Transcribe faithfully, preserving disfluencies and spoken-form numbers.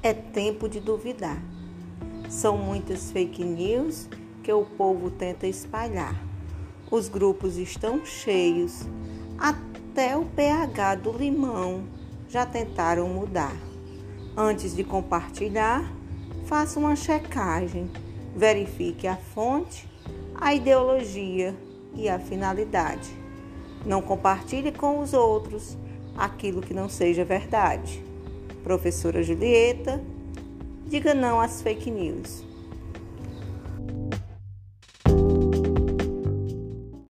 É tempo de duvidar. São muitas fake news que o povo tenta espalhar. Os grupos estão cheios, até o pH do limão já tentaram mudar. Antes de compartilhar, faça uma checagem, verifique a fonte, a ideologia e a finalidade. Não compartilhe com os outros aquilo que não seja verdade. Professora Julieta, diga não às fake news.